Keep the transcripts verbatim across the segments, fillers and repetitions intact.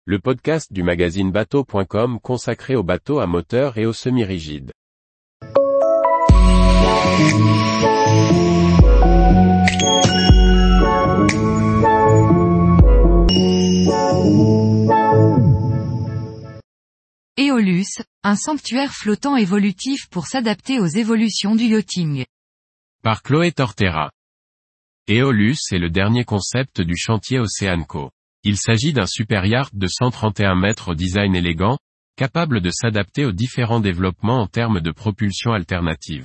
le podcast du magazine bateau point com consacré aux bateaux à moteur et aux semi-rigides. Eolus, un sanctuaire flottant évolutif pour s'adapter aux évolutions du yachting. Par Chloé Tortera. Eolus est le dernier concept du chantier Oceanco. Il s'agit d'un super yacht de cent trente et un mètres au design élégant, capable de s'adapter aux différents développements en termes de propulsion alternative.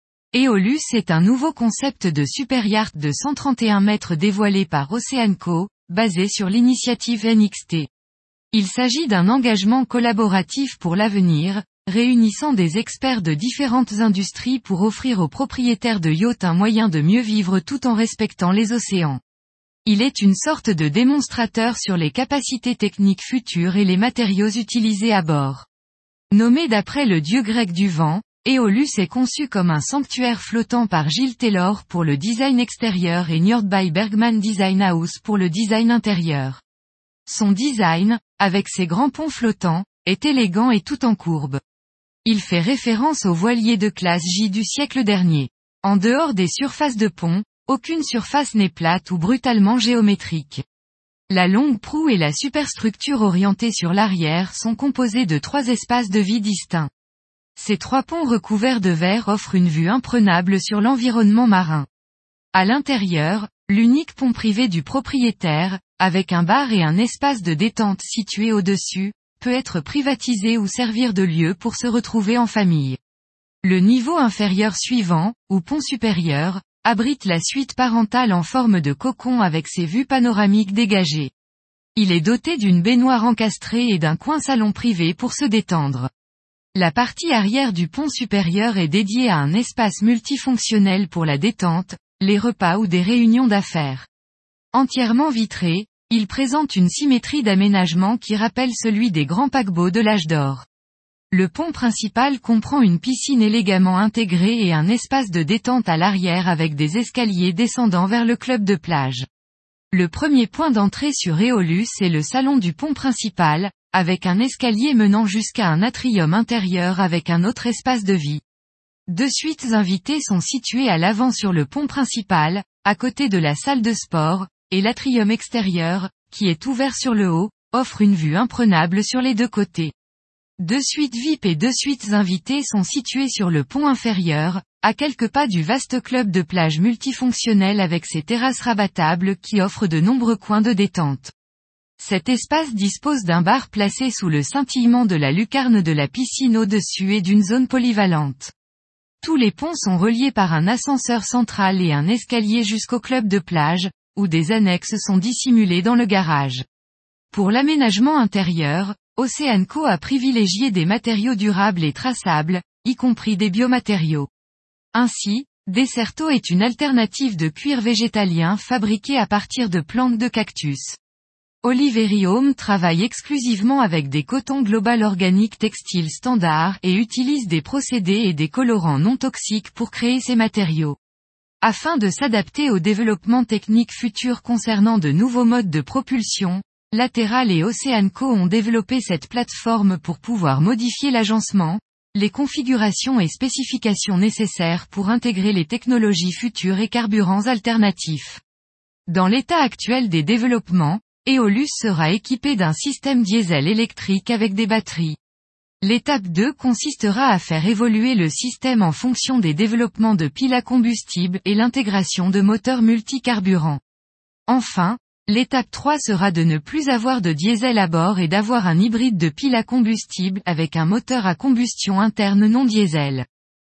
Eolus est un nouveau concept de super yacht de cent trente et un mètres dévoilé par Oceanco, basé sur l'initiative N X T. Il s'agit d'un engagement collaboratif pour l'avenir, réunissant des experts de différentes industries pour offrir aux propriétaires de yachts un moyen de mieux vivre tout en respectant les océans. Il est une sorte de démonstrateur sur les capacités techniques futures et les matériaux utilisés à bord. Nommé d'après le dieu grec du vent, Eolus est conçu comme un sanctuaire flottant par Gilles Taylor pour le design extérieur et Njord by Bergman Design House pour le design intérieur. Son design, avec ses grands ponts flottants, est élégant et tout en courbe. Il fait référence aux voiliers de classe J du siècle dernier. En dehors des surfaces de pont, aucune surface n'est plate ou brutalement géométrique. La longue proue et la superstructure orientée sur l'arrière sont composées de trois espaces de vie distincts. Ces trois ponts recouverts de verre offrent une vue imprenable sur l'environnement marin. À l'intérieur, l'unique pont privé du propriétaire, avec un bar et un espace de détente situé au-dessus, peut être privatisé ou servir de lieu pour se retrouver en famille. Le niveau inférieur suivant, ou pont supérieur, abrite la suite parentale en forme de cocon avec ses vues panoramiques dégagées. Il est doté d'une baignoire encastrée et d'un coin salon privé pour se détendre. La partie arrière du pont supérieur est dédiée à un espace multifonctionnel pour la détente, les repas ou des réunions d'affaires. Entièrement vitré, il présente une symétrie d'aménagement qui rappelle celui des grands paquebots de l'âge d'or. Le pont principal comprend une piscine élégamment intégrée et un espace de détente à l'arrière avec des escaliers descendant vers le club de plage. Le premier point d'entrée sur Eolus est le salon du pont principal, avec un escalier menant jusqu'à un atrium intérieur avec un autre espace de vie. Deux suites invitées sont situées à l'avant sur le pont principal, à côté de la salle de sport, et l'atrium extérieur, qui est ouvert sur le haut, offre une vue imprenable sur les deux côtés. Deux suites V I P et deux suites invitées sont situées sur le pont inférieur, à quelques pas du vaste club de plage multifonctionnel avec ses terrasses rabattables qui offrent de nombreux coins de détente. Cet espace dispose d'un bar placé sous le scintillement de la lucarne de la piscine au-dessus et d'une zone polyvalente. Tous les ponts sont reliés par un ascenseur central et un escalier jusqu'au club de plage, où des annexes sont dissimulées dans le garage. Pour l'aménagement intérieur, Oceanco a privilégié des matériaux durables et traçables, y compris des biomatériaux. Ainsi, Desserto est une alternative de cuir végétalien fabriqué à partir de plantes de cactus. Oliveri Home travaille exclusivement avec des cotons global organiques textiles standards et utilise des procédés et des colorants non toxiques pour créer ces matériaux. Afin de s'adapter aux développements techniques futurs concernant de nouveaux modes de propulsion, Lateral et Oceanco ont développé cette plateforme pour pouvoir modifier l'agencement, les configurations et spécifications nécessaires pour intégrer les technologies futures et carburants alternatifs. Dans l'état actuel des développements, Eolus sera équipé d'un système diesel électrique avec des batteries. L'étape deux consistera à faire évoluer le système en fonction des développements de piles à combustible et l'intégration de moteurs multicarburants. Enfin, l'étape trois sera de ne plus avoir de diesel à bord et d'avoir un hybride de piles à combustible avec un moteur à combustion interne non diesel.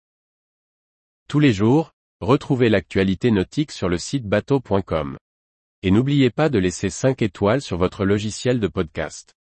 Tous les jours, retrouvez l'actualité nautique sur le site bateau point com. Et n'oubliez pas de laisser cinq étoiles sur votre logiciel de podcast.